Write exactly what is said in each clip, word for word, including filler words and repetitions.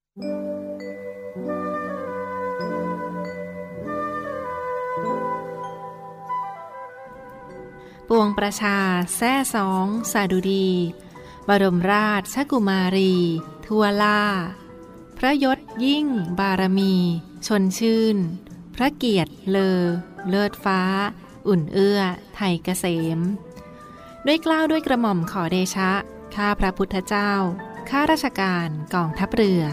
ปวงประชาแซ่สองสาดุดีบรมราชกุมารีทั่วล่าพระยศยิ่งบารมีชนชื่นพระเกียรติเลอเลิศฟ้าอุ่นเอื้อไทยเกษมด้วยเกล้าด้วยกระหม่อมขอเดชะข้าพระพุทธเจ้าข้าราชการกองทัพเรือ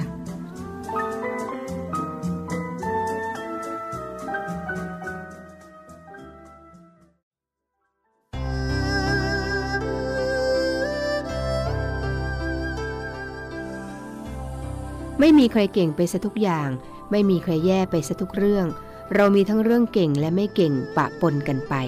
ไม่มีใครเก่งไปซะทุกอย่างไม่มีใครแย่ไปซะทุกเรื่องเรามีทั้งเรื่องเก่งและไม่เก่งปะปนกันไป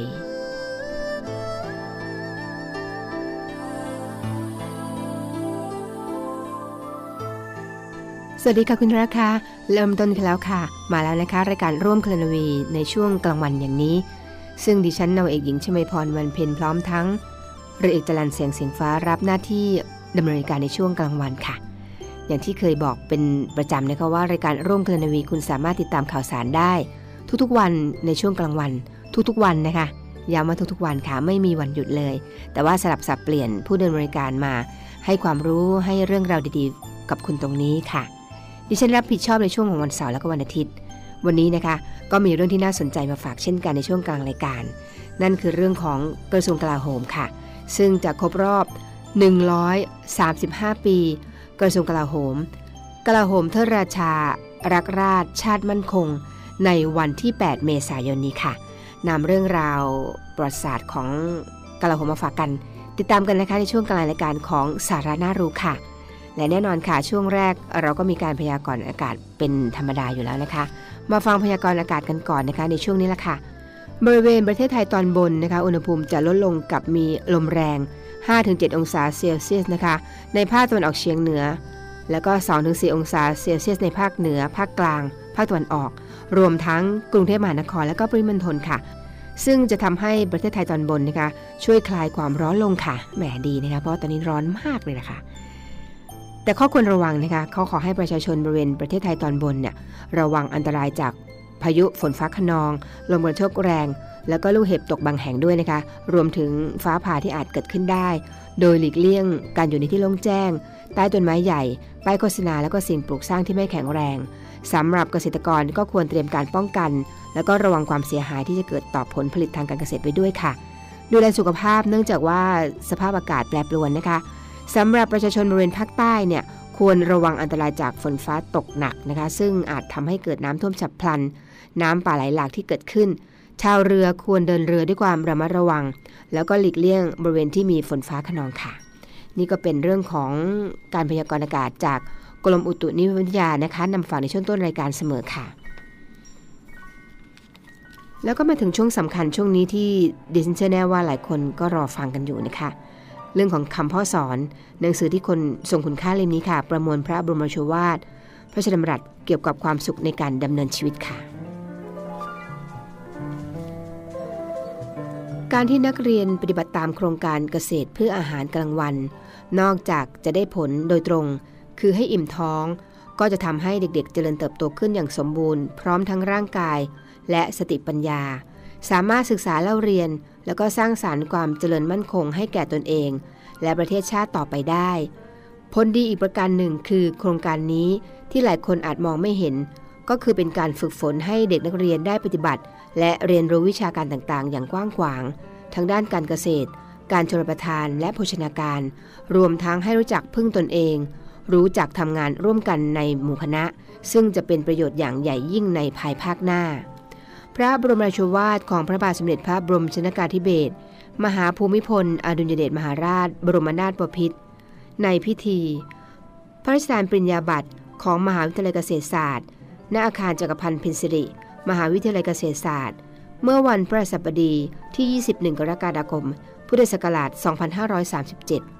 สวัสดีค่ะคุณรักค่ะเริ่มต้นกันแล้วค่ะมาแล้วนะคะรายการร่วมเคลนวีในช่วงกลางวันอย่างนี้ซึ่งดิฉันนาวเอกหญิงชมาพรวันเพ็ญพร้อมทั้งเรือเอกจรัญเสียงเสียงฟ้ารับหน้าที่ดำเนินการในช่วงกลางวันค่ะอย่างที่เคยบอกเป็นประจำนะคะว่ารายการร่วมเคลนวีคุณสามารถติดตามข่าวสารได้ทุกๆวันในช่วงกลางวันทุกๆวันนะคะย้ำว่าทุกๆวันค่ะไม่มีวันหยุดเลยแต่ว่าสลับสับเปลี่ยนผู้ดำเนินรายการมาให้ความรู้ให้เรื่องราวดีๆกับคุณตรงนี้ค่ะดิฉันรับผิดชอบในช่วงของวันเสาร์และก็วันอาทิตย์วันนี้นะคะก็มีเรื่องที่น่าสนใจมาฝากเช่นกันในช่วงกลางรายการนั่นคือเรื่องของกระทรวงกลาโหมค่ะซึ่งจะครบรอบหนึ่งร้อยสามสิบห้าปีกระทรวงกลาโหมกลาโหมเทิดราชารักราชชาติมั่นคงในวันที่แปดเมษายนนี้ค่ะนำเรื่องราวประวัติศาสตร์ของกลาโหมมาฝากกันติดตามกันนะคะในช่วงกลางรายการของสาระน่ารู้ค่ะและแน่นอนค่ะช่วงแรกเราก็มีการพยากรณ์อากาศเป็นธรรมดาอยู่แล้วนะคะมาฟังพยากรณ์อากาศกันก่อนนะคะในช่วงนี้ละค่ะบริเวณประเทศไทยตอนบนนะคะอุณหภูมิจะลดลงกับมีลมแรง ห้าถึงเจ็ด องศาเซลเซียสนะคะในภาคตะวันออกเฉียงเหนือแล้วก็ สองถึงสี่ องศาเซลเซียสในภาคเหนือภาคกลางภาคตะวันออกรวมทั้งกรุงเทพมหานครและก็ปริมณฑลค่ะซึ่งจะทำให้ประเทศไทยตอนบนนะคะช่วยคลายความร้อนลงค่ะแหมดีนะคะเพราะตอนนี้ร้อนมากเลยนะคะแต่ข้อควรระวังนะคะเขาขอให้ประชาชนบริเวณประเทศไทยตอนบนเนี่ยระวังอันตรายจากพายุฝนฟ้าคะนองลมกระโชกแรงแล้วก็ลูกเห็บตกบางแห่งด้วยนะคะรวมถึงฟ้าผ่าที่อาจเกิดขึ้นได้โดยหลีกเลี่ยงการอยู่ในที่โล่งแจ้งใต้ต้นไม้ใหญ่ป้ายโฆษณาแล้วก็สิ่งปลูกสร้างที่ไม่แข็งแรงสำหรับเกษตรกรก็ควรเตรียมการป้องกันแล้วก็ระวังความเสียหายที่จะเกิดต่อผลผลิตทางการเกษตรไว้ด้วยค่ะดูแลสุขภาพเนื่องจากว่าสภาพอากาศแปรปรวนนะคะสำหรับประชาชนบริเวณภาคใต้เนี่ยควรระวังอันตรายจากฝนฟ้าตกหนักนะคะซึ่งอาจทำให้เกิดน้ำท่วมฉับพลันน้ำป่าไหลหลากที่เกิดขึ้นชาวเรือควรเดินเรือด้วยความระมัดระวังแล้วก็หลีกเลี่ยงบริเวณที่มีฝนฟ้าคะนองค่ะนี่ก็เป็นเรื่องของการพยากรณ์อากาศจากกรมอุตุนิยมวิทยานะคะนำฝากในช่วงต้นรายการเสมอค่ะแล้วก็มาถึงช่วงสำคัญช่วงนี้ที่ดิฉันเชื่อแน่ว่าหลายคนก็รอฟังกันอยู่นะคะเรื่องของคำพ่อสอนหนังสือที่คนทรงคุณค่าเล่มนี้ค่ะประมวลพระบรมโชวาทพระราชดำรัสเกี่ยวกับความสุขในการดำเนินชีวิตค่ะการที่นักเรียนปฏิบัติตามโครงการเกษตรเพื่ออาหารกลางวันนอกจากจะได้ผลโดยตรงคือให้อิ่มท้องก็จะทำให้เด็กๆเจริญเติบโตขึ้นอย่างสมบูรณ์พร้อมทั้งร่างกายและสติปัญญาสามารถศึกษาเล่าเรียนแล้วก็สร้างสรรค์ความเจริญมั่นคงให้แก่ตนเองและประเทศชาติต่อไปได้ผลดีอีกประการหนึ่งคือโครงการนี้ที่หลายคนอาจมองไม่เห็นก็คือเป็นการฝึกฝนให้เด็กนักเรียนได้ปฏิบัติและเรียนรู้วิชาการต่างๆอย่างกว้างขวางทั้งด้านการเกษตรการชลประทานและโภชนาการรวมทั้งให้รู้จักพึ่งตนเองรู้จักทำงานร่วมกันในหมู่คณะซึ่งจะเป็นประโยชน์อย่างใหญ่ยิ่งในภายภาคหน้าพระบรมราโชวาทของพระบาทสมเด็จพระบรมชนกาธิเบศรมหาภูมิพลอดุลยเดชมหาราชบรมนาถบพิตรในพิธีพระราชทานปริญญาบัตรของมหาวิทยาลัยเกษตรศาสตร์ณอาคารจักรพันธ์เพ็ญสิริมหาวิทยาลัยเกษตรศาสตร์เมื่อวันพฤหัสบดีที่ยี่สิบเอ็ดกรกฎาคมพุทธศักราชสองพันห้าร้อยสามสิบเจ็ด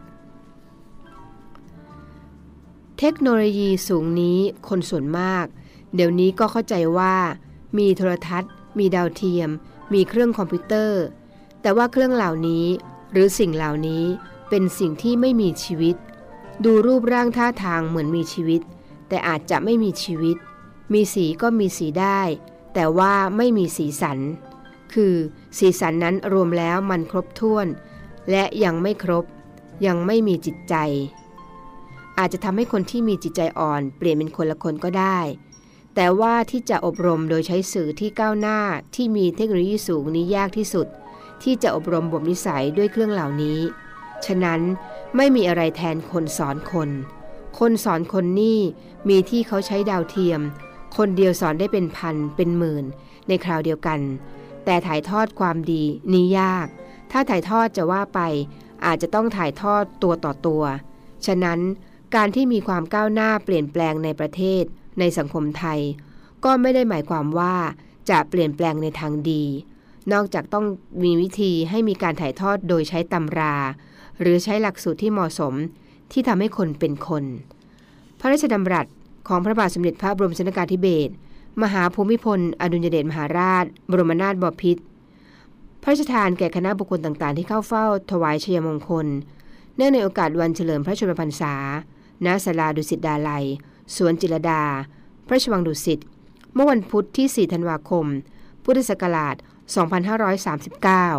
เทคโนโลยีสูงนี้คนส่วนมากเดี๋ยวนี้ก็เข้าใจว่ามีโทรทัศน์มีดาวเทียมมีเครื่องคอมพิวเตอร์แต่ว่าเครื่องเหล่านี้หรือสิ่งเหล่านี้เป็นสิ่งที่ไม่มีชีวิตดูรูปร่างท่าทางเหมือนมีชีวิตแต่อาจจะไม่มีชีวิตมีสีก็มีสีได้แต่ว่าไม่มีสีสันคือสีสันนั้นรวมแล้วมันครบถ้วนและยังไม่ครบยังไม่มีจิตใจอาจจะทำให้คนที่มีจิตใจอ่อนเปลี่ยนเป็นคนละคนก็ได้แต่ว่าที่จะอบรมโดยใช้สื่อที่ก้าวหน้าที่มีเทคโนโลยีสูงนี้ยากที่สุดที่จะอบรมบ่มนิสัยด้วยเครื่องเหล่านี้ฉะนั้นไม่มีอะไรแทนคนสอนคนคนสอนคนนี่มีที่เขาใช้ดาวเทียมคนเดียวสอนได้เป็นพันเป็นหมื่นในคราวเดียวกันแต่ถ่ายทอดความดีนี้ยากถ้าถ่ายทอดจะว่าไปอาจจะต้องถ่ายทอดตัวต่อตัวฉะนั้นการที่มีความก้าวหน้าเปลี่ยนแปลงในประเทศในสังคมไทยก็ไม่ได้หมายความว่าจะเปลี่ยนแปลงในทางดีนอกจากต้องมีวิธีให้มีการถ่ายทอดโดยใช้ตำราหรือใช้หลักสูตรที่เหมาะสมที่ทำให้คนเป็นคนพระราชดำรัสของพระบาทสมเด็จพระบรมชนกาธิเบศรมหาภูมิพลอดุลยเดชมหาราชบรมนาถบพิตรพระราชทานแก่คณะบุคคลต่างๆที่เข้าเฝ้าถวายชัยมงคลเนื่องในโอกาสวันเฉลิมพระชนมพรรษาณศาลาดุสิตดาลัยสวนจิรดาพระราชวังดุสิตเมื่อวันพุธที่สี่ธันวาคมพุทธศักราชสองพันห้าร้อยสามสิบเก้า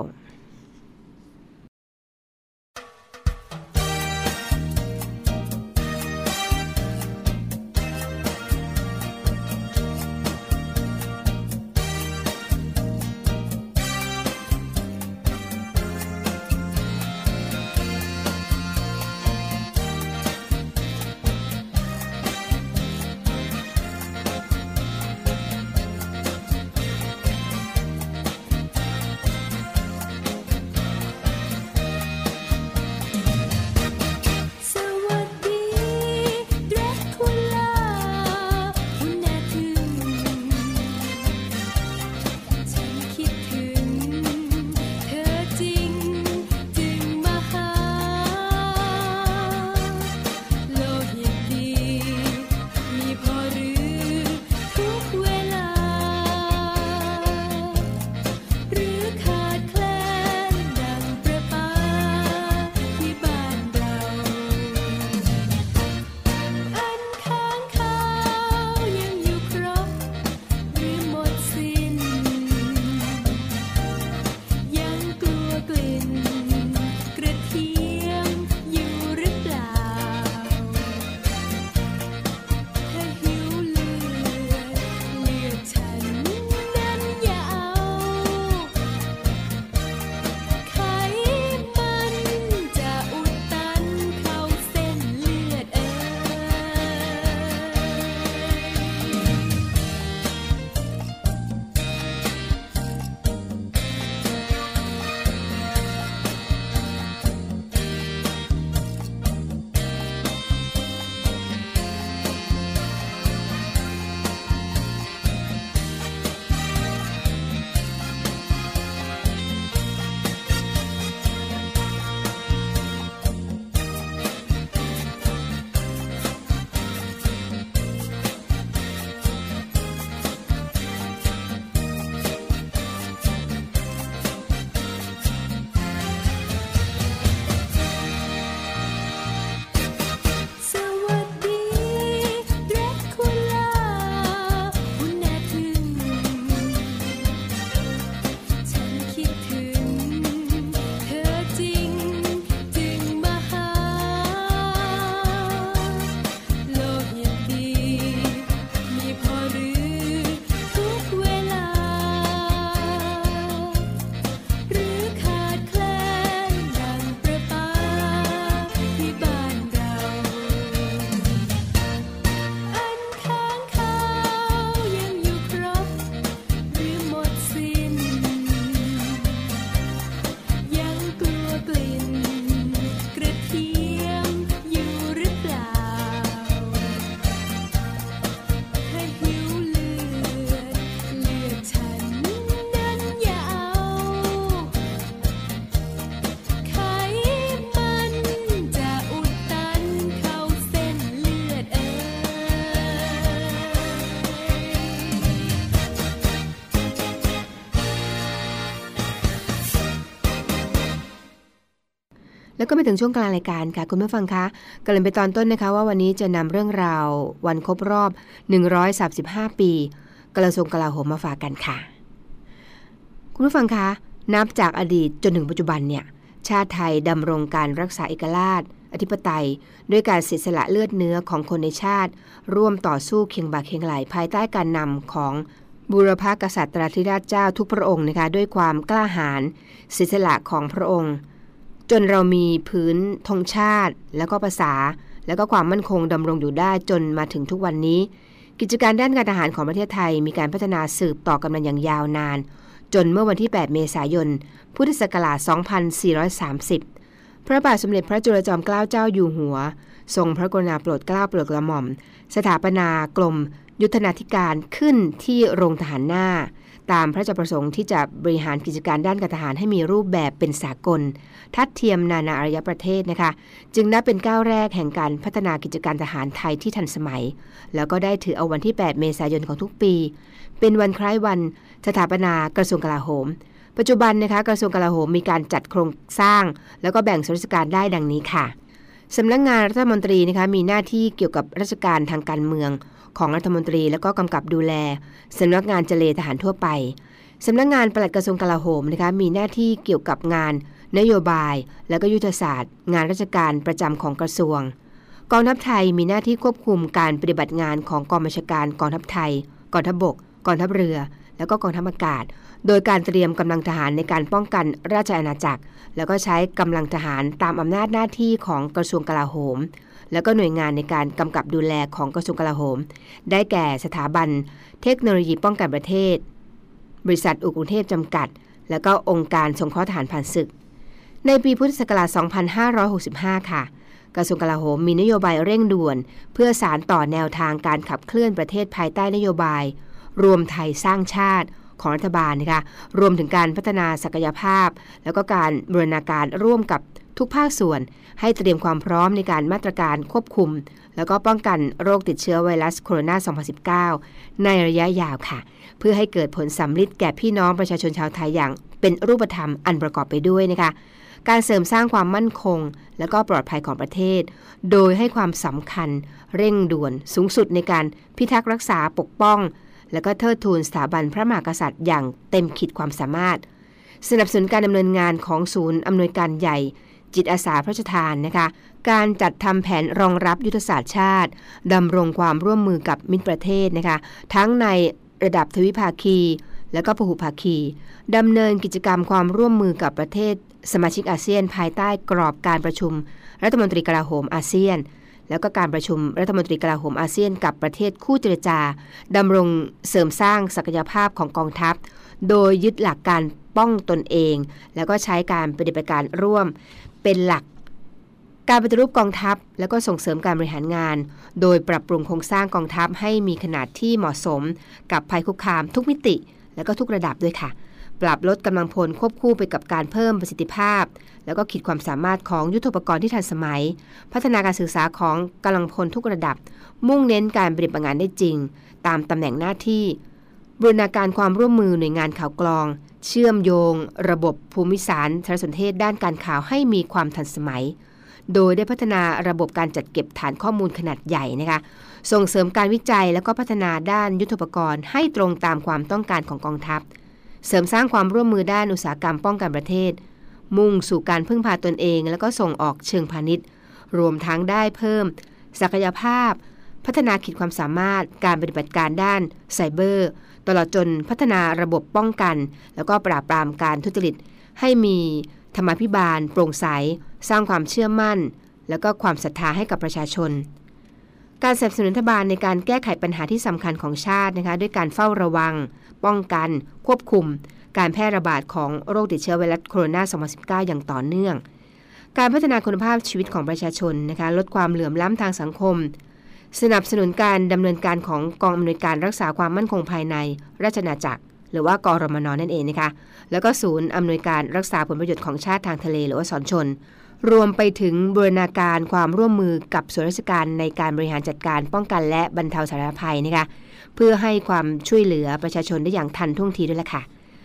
แล้วก็มาถึงช่วงกลางรายการค่ะคุณผู้ฟังคะกำลังไปตอนต้นนะคะว่าวันนี้จะนำเรื่องราววันครบรอบหนึ่งร้อยสามสิบห้าปีกระทรวงกลาโหมมาฝากกันค่ะคุณผู้ฟังคะนับจากอดีตจนถึงปัจจุบันเนี่ยชาติไทยดำรงการรักษาเอกราชอธิปไตยด้วยการเสียสละเลือดเนื้อของคนในชาติร่วมต่อสู้เคียงบ่าเคียงไหลภายใต้การนำของบูรพกษัตริยราชเจ้าทุกพระองค์นะคะด้วยความกล้าหาญเสียสละของพระองค์จนเรามีพื้นธงชาติแล้วก็ภาษาแล้วก็ความมั่นคงดำรงอยู่ได้จนมาถึงทุกวันนี้กิจการด้านการทหารของประเทศไทยมีการพัฒนาสืบต่อกันมาอย่างยาวนานจนเมื่อวันที่แปดเมษายนพุทธศักราชสองพันสี่ร้อยสามสิบพระบาทสมเด็จพระจุลจอมเกล้าเจ้าอยู่หัวทรงพระกรุณาโปรดเกล้าโปรดกระหม่อมสถาปนากรมยุทธนาธิการขึ้นที่โรงทหารหน้าตามพระราชประสงค์ที่จะบริหารกิจการด้านการทหารให้มีรูปแบบเป็นสากลทัดเทียมนานาอารยประเทศนะคะจึงนับเป็นก้าวแรกแห่งการพัฒนากิจการทหารไทยที่ทันสมัยแล้วก็ได้ถือเอาวันที่แปดเมษายนของทุกปีเป็นวันคล้ายวันสถาปนากระทรวงกลาโหมปัจจุบันนะคะกระทรวงกลาโหมมีการจัดโครงสร้างแล้วก็แบ่งส่วนราชการได้ดังนี้ค่ะสำนักงานรัฐมนตรีนะคะมีหน้าที่เกี่ยวกับราชการทางการเมืองของรัฐมนตรีแล้วก็กำกับดูแลสำนักงานเจเลทหารทั่วไปสำนักงานปลัดกระทรวงกลาโหมนะคะมีหน้าที่เกี่ยวกับงานนโยบายและก็ยุทธศาสตร์งานราชการประจำของกระทรวงกองทัพไทยมีหน้าที่ควบคุมการปฏิบัติงานของกองบัญชาการกองทัพไทยกองทัพบกกองทัพเรือแล้วก็กองทัพอากาศโดยการเตรียมกำลังทหารในการป้องกันราชอาณาจักรแล้วก็ใช้กำลังทหารตามอำนาจหน้าที่ของกระทรวงกลาโหมแล้วก็หน่วยงานในการกำกับดูแลของกระทรวงกลาโหมได้แก่สถาบันเทคโนโลยีป้องกันประเทศบริษัทอุกรุงเทพจำกัดแล้วก็องค์การสงเคราะห์ทหารผ่านศึกในปีพุทธศักราชสองพันห้าร้อยหกสิบห้าค่ะกระทรวงกลาโหมมีนโยบายเร่งด่วนเพื่อสานต่อแนวทางการขับเคลื่อนประเทศภายใต้นโยบายรวมไทยสร้างชาติของรัฐบาลนะคะรวมถึงการพัฒนาศักยภาพแล้วก็การบูรณาการร่วมกับทุกภาคส่วนให้เตรียมความพร้อมในการมาตรการควบคุมแล้วก็ป้องกันโรคติดเชื้อไวรัสโคโรนา สองพันสิบเก้า ในระยะยาวค่ะเพื่อให้เกิดผลสำลิดแก่พี่น้องประชาชนชาวไทยอย่างเป็นรูปธรรมอันประกอบไปด้วยนะคะการเสริมสร้างความมั่นคงและก็ปลอดภัยของประเทศโดยให้ความสำคัญเร่งด่วนสูงสุดในการพิทักษ์รักษาปกป้องและก็เทิดทูนสถาบันพระมหากษัตริย์อย่างเต็มขีดความสามารถสนับสนุนการดำเนินงานของศูนย์อำนวยการใหญ่จิตอาสาพระราชทานนะคะการจัดทำแผนรองรับยุทธศาสตร์ชาติดำรงความร่วมมือกับมิตรประเทศนะคะทั้งในระดับทวิภาคีและก็พหุภาคีดำเนินกิจกรรมความร่วมมือกับประเทศสมาชิกอาเซียนภายใต้กรอบการประชุมรัฐมนตรีกลาโหมอาเซียนแล้วก็การประชุมรัฐมนตรีกลาโหมอาเซียนกับประเทศคู่เจรจาดำรงเสริมสร้างศักยภาพของกองทัพโดยยึดหลักการป้องตนเองแล้วก็ใช้การปฏิบัติการร่วมเป็นหลักการปฏิรูปกองทัพแล้วก็ส่งเสริมการบริหารงานโดยปรับปรุงโครงสร้างกองทัพให้มีขนาดที่เหมาะสมกับภัยคุกคามทุกมิติแล้วก็ทุกระดับด้วยค่ะปรับลดกำลังพลควบคู่ไปกับการเพิ่มประสิทธิภาพแล้วก็ขีดความสามารถของยุทโธปกรณ์ที่ทันสมัยพัฒนาการศึกษาของกำลังพลทุกระดับมุ่งเน้นการปฏิบัติงานได้จริงตามตำแหน่งหน้าที่บูรณาการความร่วมมือหน่วยงานข่าวกรองเชื่อมโยงระบบภูมิสารสารสนเทศด้านการข่าวให้มีความทันสมัยโดยได้พัฒนาระบบการจัดเก็บฐานข้อมูลขนาดใหญ่นะคะส่งเสริมการวิจัยแล้วก็พัฒนาด้านยุทโธปกรณ์ให้ตรงตามความต้องการของกองทัพเสริมสร้างความร่วมมือด้านอุตสาหกรรมป้องกันประเทศมุ่งสู่การพึ่งพาตนเองแล้วก็ส่งออกเชิงพาณิชย์รวมทั้งได้เพิ่มศักยภาพพัฒนาขีดความสามารถการปฏิบัติการด้านไซเบอร์ตลอดจนพัฒนาระบบป้องกันแล้วก็ปราบปรามการทุจริตให้มีธรรมาภิบาลโปร่งใสสร้างความเชื่อมั่นแล้วก็ความศรัทธาให้กับประชาชนการสนับสนุนรัฐบาลในการแก้ไขปัญหาที่สำคัญของชาตินะคะด้วยการเฝ้าระวังป้องกันควบคุมการแพร่ระบาดของโรคติดเชื้อไวรัสโคโรนา สองพันสิบเก้า อย่างต่อเนื่องการพัฒนาคุณภาพชีวิตของประชาชนนะคะลดความเหลื่อมล้ำทางสังคมสนับสนุนการดำเนินการของกองอำนวยการรักษาความมั่นคงภายในราชอาณาจักรหรือว่ากรมน.นั่นเองนะคะแล้วก็ศูนย์อำนวยการรักษาผลประโยชน์ของชาติทางทะเลหรือว่าสนชนรวมไปถึงบูรณาการความร่วมมือกับส่วนราชการในการบริหารจัดการป้องกันและบรรเทาสาธารณภัยนะคะเพื่อให้ความช่วยเหลือประชาชนได้อย่างทันท่วงทีด้วยล่ะค่ะ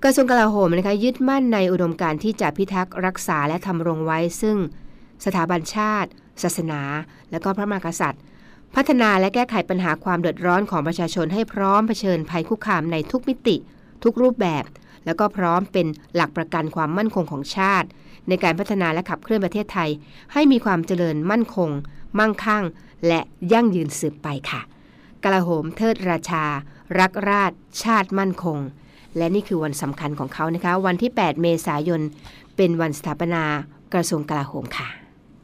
กระทรวงกลาโหมนะคะยึดมั่นในอุดมการณ์ที่จะพิทักษ์รักษาและทำรงไว้ซึ่งสถาบันชาติศาสนาและก็พระมหากษัตริย์พัฒนาและแก้ไขปัญหาความเดือดร้อนของประชาชนให้พร้อมเผชิญภัยคุกคามในทุกมิติทุกรูปแบบแล้วก็พร้อมเป็นหลักประกันความมั่นคงของชาติในการพัฒนาและขับเคลื่อนประเทศไทยให้มีความเจริญมั่นคงมั่งคั่งและยั่งยืนสืบไปค่ะกลาโหมเทิดราชารักราชชาติมั่นคงและนี่คือวันสำคัญของเขานะคะวันที่แปดเมษายนเป็นวันสถาปนากระทรวงกลาโหมค่ะ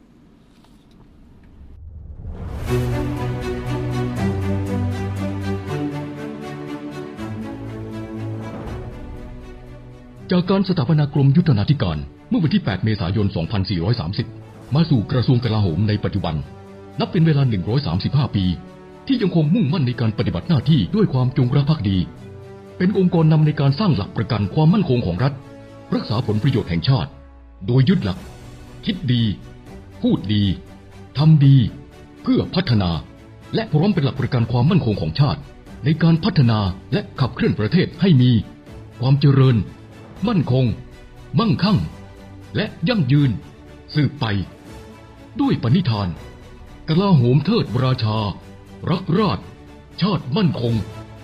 จากการสถาปนากรมยุทธนาธิการเมื่อวันที่แปดเมษายนสองพันสี่ร้อยสามสิบมาสู่กระทรวงกลาโหมในปัจจุบันนับเป็นเวลาหนึ่งร้อยสามสิบห้าปีที่ยังคงมุ่งมั่นในการปฏิบัติหน้าที่ด้วยความจงรักภักดีเป็นองค์กรนำในการสร้างหลักประกันความมั่นคงของรัฐรักษาผลประโยชน์แห่งชาติโดยยึดหลักคิดดีพูดดีทำดีเพื่อพัฒนาและพร้อมเป็นหลักประกันความมั่นคงของชาติในการพัฒนาและขับเคลื่อนประเทศให้มีความเจริญมั่นคงมั่งคั่งและยั่งยืนสืบไปด้วยปณิธานกลาโหมเทิดราชารักราชชาติมั่นคง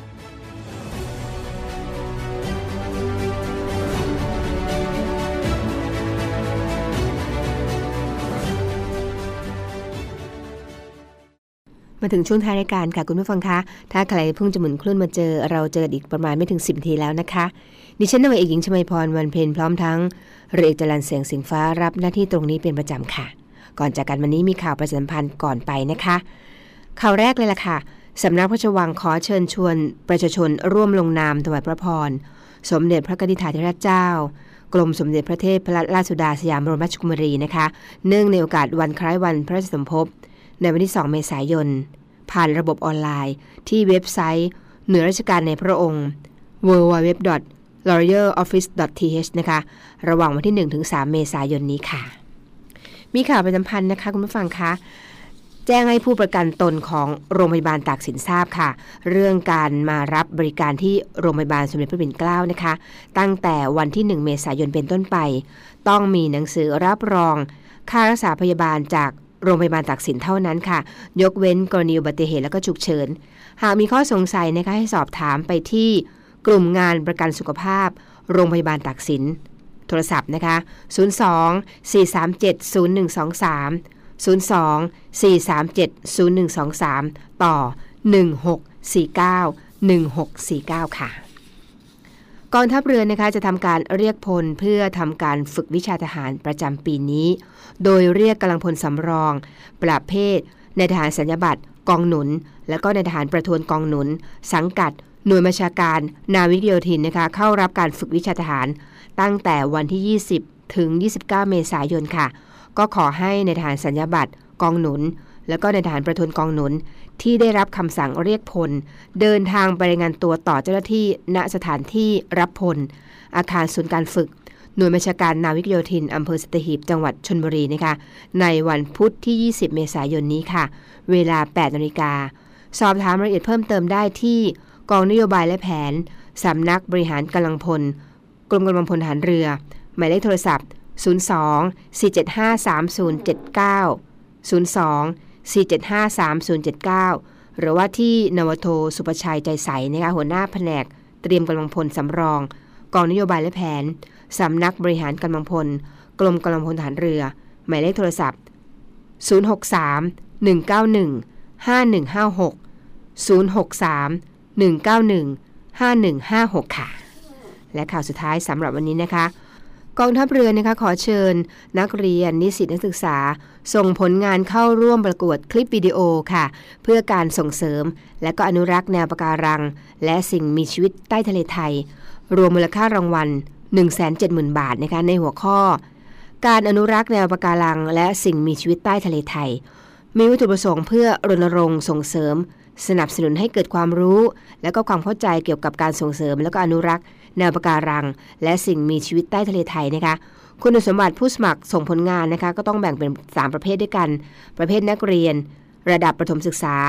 มาถึงช่วงท้ายรายการค่ะคุณผู้ฟังคะถ้าใครเพิ่งจะหมุนคลื่นมาเจอเราเจออีกประมาณไม่ถึงสิบนาทีแล้วนะคะดิฉันนาวาเอกหญิงชมาพรวันเพ็ญพร้อมทั้งเรือเอกจรัญเสียงสิงฟ้ารับหน้าที่ตรงนี้เป็นประจำค่ะก่อนจากกันวันนี้มีข่าวประชาสัมพันธ์ก่อนไปนะคะข่าวแรกเลยล่ะค่ะสำนักพระราชวังขอเชิญชวนประชาชนร่วมลงนามถวายพระพรสมเด็จพระกนิษฐาธิราชเจ้ากรมสมเด็จพระเทพรัตนราชสุดาสยามบรมราชกุมารีนะคะเนื่องในโอกาสวันคล้ายวันพระราชสมภพในวันที่สองเมษายนผ่านระบบออนไลน์ที่เว็บไซต์หน่วยราชการในพระองค์ ดับเบิลยู ดับเบิลยู ดับเบิลยู ดอท รอยัลออฟฟิศ ดอท ที เอช นะคะระหว่างวันที่หนึ่งถึงสามเมษายนนี้ค่ะมีข่าวประชาสัมพันธ์นะคะคุณผู้ฟังคะแจ้งให้ผู้ประกันตนของโรงพยาบาลตากสินทราบค่ะเรื่องการมารับบริการที่โรงพยาบาลสมเด็จพระปิ่นเกล้านะคะตั้งแต่วันที่หนึ่งเมษายนเป็นต้นไปต้องมีหนังสือรับรองค่ารักษาพยาบาลจากโรงพยาบาลตากสินเท่านั้นค่ะยกเว้นกรณีอุบัติเหตุและก็ฉุกเฉินหากมีข้อสงสัยนะคะให้สอบถามไปที่กลุ่มงานประกันสุขภาพโรงพยาบาลตากสินโทรศัพท์นะคะศูนย์ สอง สี่ สาม เจ็ด ศูนย์ หนึ่ง สอง สาม ศูนย์ สอง สี่ สาม เจ็ด ศูนย์ หนึ่ง สอง สามต่อหนึ่ง หก สี่ เก้า หนึ่ง หก สี่ เก้าค่ะกองทัพเรือนะคะจะทำการเรียกพลเพื่อทำการฝึกวิชาทหารประจำปีนี้โดยเรียกกำลังพลสำรองประเภทในทหารสัญญาบัตรกองหนุนและก็ในทหารประทวนกองหนุนสังกัดหน่วยบัญชาการนาวิกโยธินนะคะเข้ารับการฝึกวิชาทหารตั้งแต่วันที่ยี่สิบถึงยี่สิบเก้าเมษายนค่ะก็ขอให้ในทหารสัญญาบัตรกองหนุนและก็ในทหารประทวนกองหนุนที่ได้รับคำสั่งเรียกพลเดินทางไปรายงานตัวต่อเจ้าหน้าที่ณสถานที่รับพลอาคารศูนย์การฝึกหน่วยบัญชาการนาวิกโยธินอำเภอสัตหีบจังหวัดชลบุรีนะคะในวันพุธที่ยี่สิบเมษายนนี้ค่ะเวลา แปดนาฬิกาสอบถามรายละเอียดเพิ่มเติมได้ที่กองนโยบายและแผนสำนักบริหารกำลังพลกรมกำลังพลทหารเรือหมายเลขโทรศัพท์ศูนย์ สอง สี่ เจ็ด ห้า สาม ศูนย์ เจ็ด เก้า ศูนย์ สอง สี่ เจ็ด ห้า สาม ศูนย์ เจ็ด เก้าหรือว่าที่นวโทสุประชัยใจใสนะคะหัวหน้าแผนกเตรียมกำลังพลสำรองกองนโยบายและแผนสำนักบริหารกำลังพลกรมกำลังพลทหารเรือหมายเลขโทรศัพท์ศูนย์ หก สาม หนึ่ง เก้า หนึ่ง ห้า หนึ่ง ห้า หก ศูนย์ หก สาม หนึ่ง เก้า หนึ่ง ห้า หนึ่ง ห้า หกค่ะและข่าวสุดท้ายสำหรับวันนี้นะคะกองทัพเรือนะคะขอเชิญนักเรียนนิสิตนักศึกษาส่งผลงานเข้าร่วมประกวดคลิปวิดีโอค่ะเพื่อการส่งเสริมและก็อนุรักษ์แนวปะการังและสิ่งมีชีวิตใต้ทะเลไทยรวมมูลค่ารางวัล หนึ่งแสนเจ็ดหมื่น บาทนะคะในหัวข้อการอนุรักษ์แนวปะการังและสิ่งมีชีวิตใต้ทะเลไทยมีวัตถุประสงค์เพื่อรณรงค์ส่งเสริมสนับสนุนให้เกิดความรู้และก็ความเข้าใจเกี่ยวกับการส่งเสริมและก็อนุรักษ์แนวปะการังและสิ่งมีชีวิตใต้ทะเลไทยนะคะคุณสมบัติผู้สมัครส่งผลงานนะคะก็ต้องแบ่งเป็นสามประเภทด้วยกันประเภทนักเรียนระดับประถมศึกษา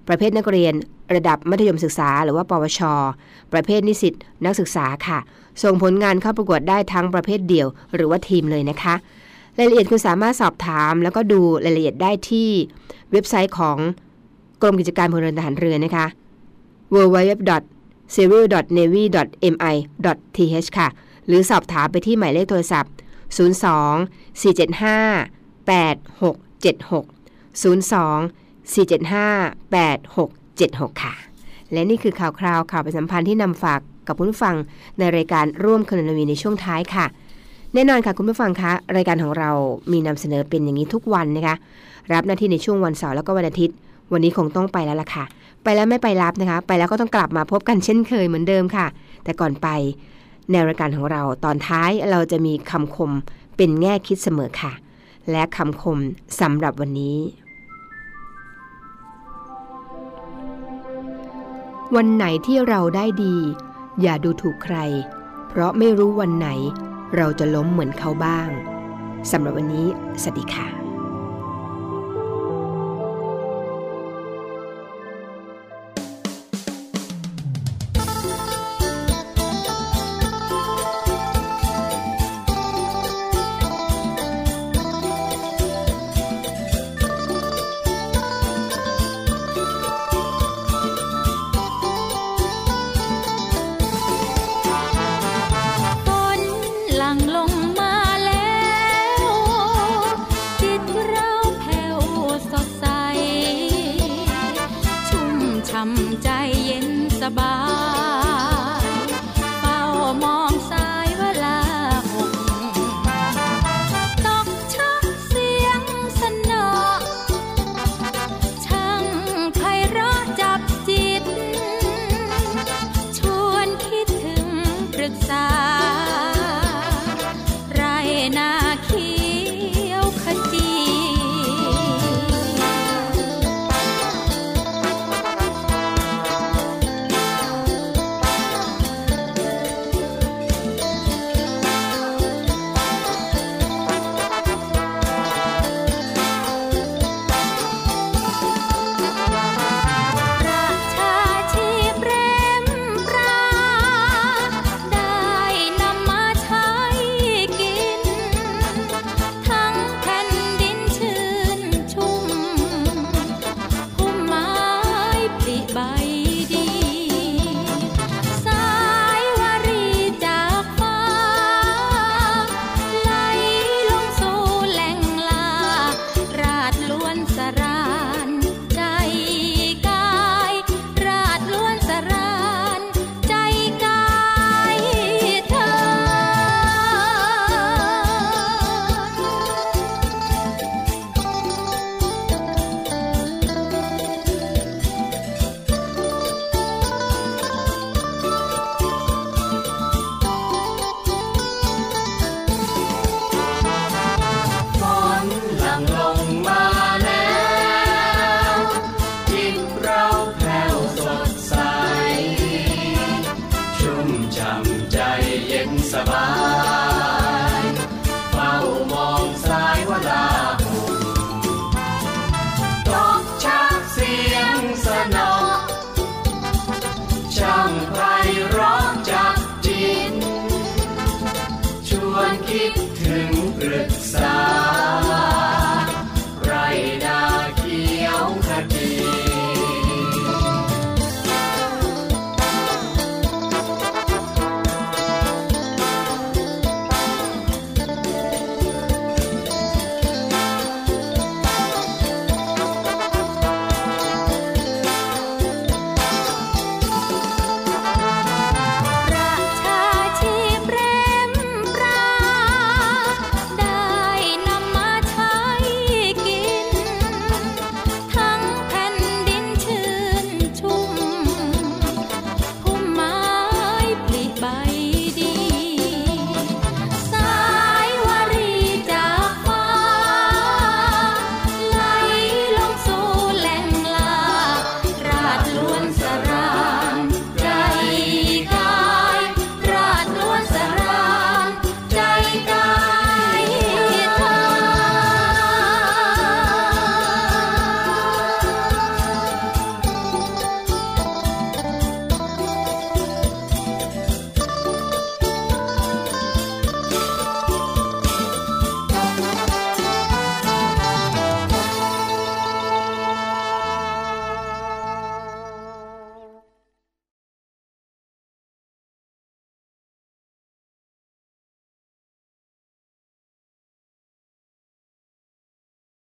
ประเภทนักเรียนระดับมัธยมศึกษาหรือว่าปวชประเภทนิสิตนักศึกษาค่ะส่งผลงานเข้าประกวดได้ทั้งประเภทเดี่ยวหรือว่าทีมเลยนะคะรายละเอียดคุณสามารถสอบถามแล้วก็ดูรายละเอียดได้ที่เว็บไซต์ของกรมกิจการพลเรือนทหารเรือนะคะ ดับเบิลยู ดับเบิลยู ดับเบิลยู ดอท ซี ไอ แอล ดอท เนวี ดอท เอ็ม ไอ ดอท ที เอช ค่ะหรือสอบถามไปที่หมายเลขโทรศัพท์ศูนย์ สอง สี่ เจ็ด ห้า แปด หก เจ็ด หก ศูนย์ สอง สี่ เจ็ด ห้า แปด หก เจ็ด หกค่ะและนี่คือข่าวคราวข่าวประชาสัมพันธ์ที่นำฝากกับคุณผู้ฟังในรายการร่วมคณะวีในช่วงท้ายค่ะแน่นอนค่ะคุณผู้ฟังคะรายการของเรามีนำเสนอเป็นอย่างนี้ทุกวันนะคะรับหน้าที่ในช่วงวันเสาร์แล้วก็วันอาทิตย์วันนี้คงต้องไปแล้วล่ะค่ะไปแล้วไม่ไปรับนะคะไปแล้วก็ต้องกลับมาพบกันเช่นเคยเหมือนเดิมค่ะแต่ก่อนไปในรายการของเราตอนท้ายเราจะมีคำคมเป็นแง่คิดเสมอค่ะและคำคมสำหรับวันนี้วันไหนที่เราได้ดีอย่าดูถูกใครเพราะไม่รู้วันไหนเราจะล้มเหมือนเขาบ้างสำหรับวันนี้สวัสดีค่ะใจเย็นสบาย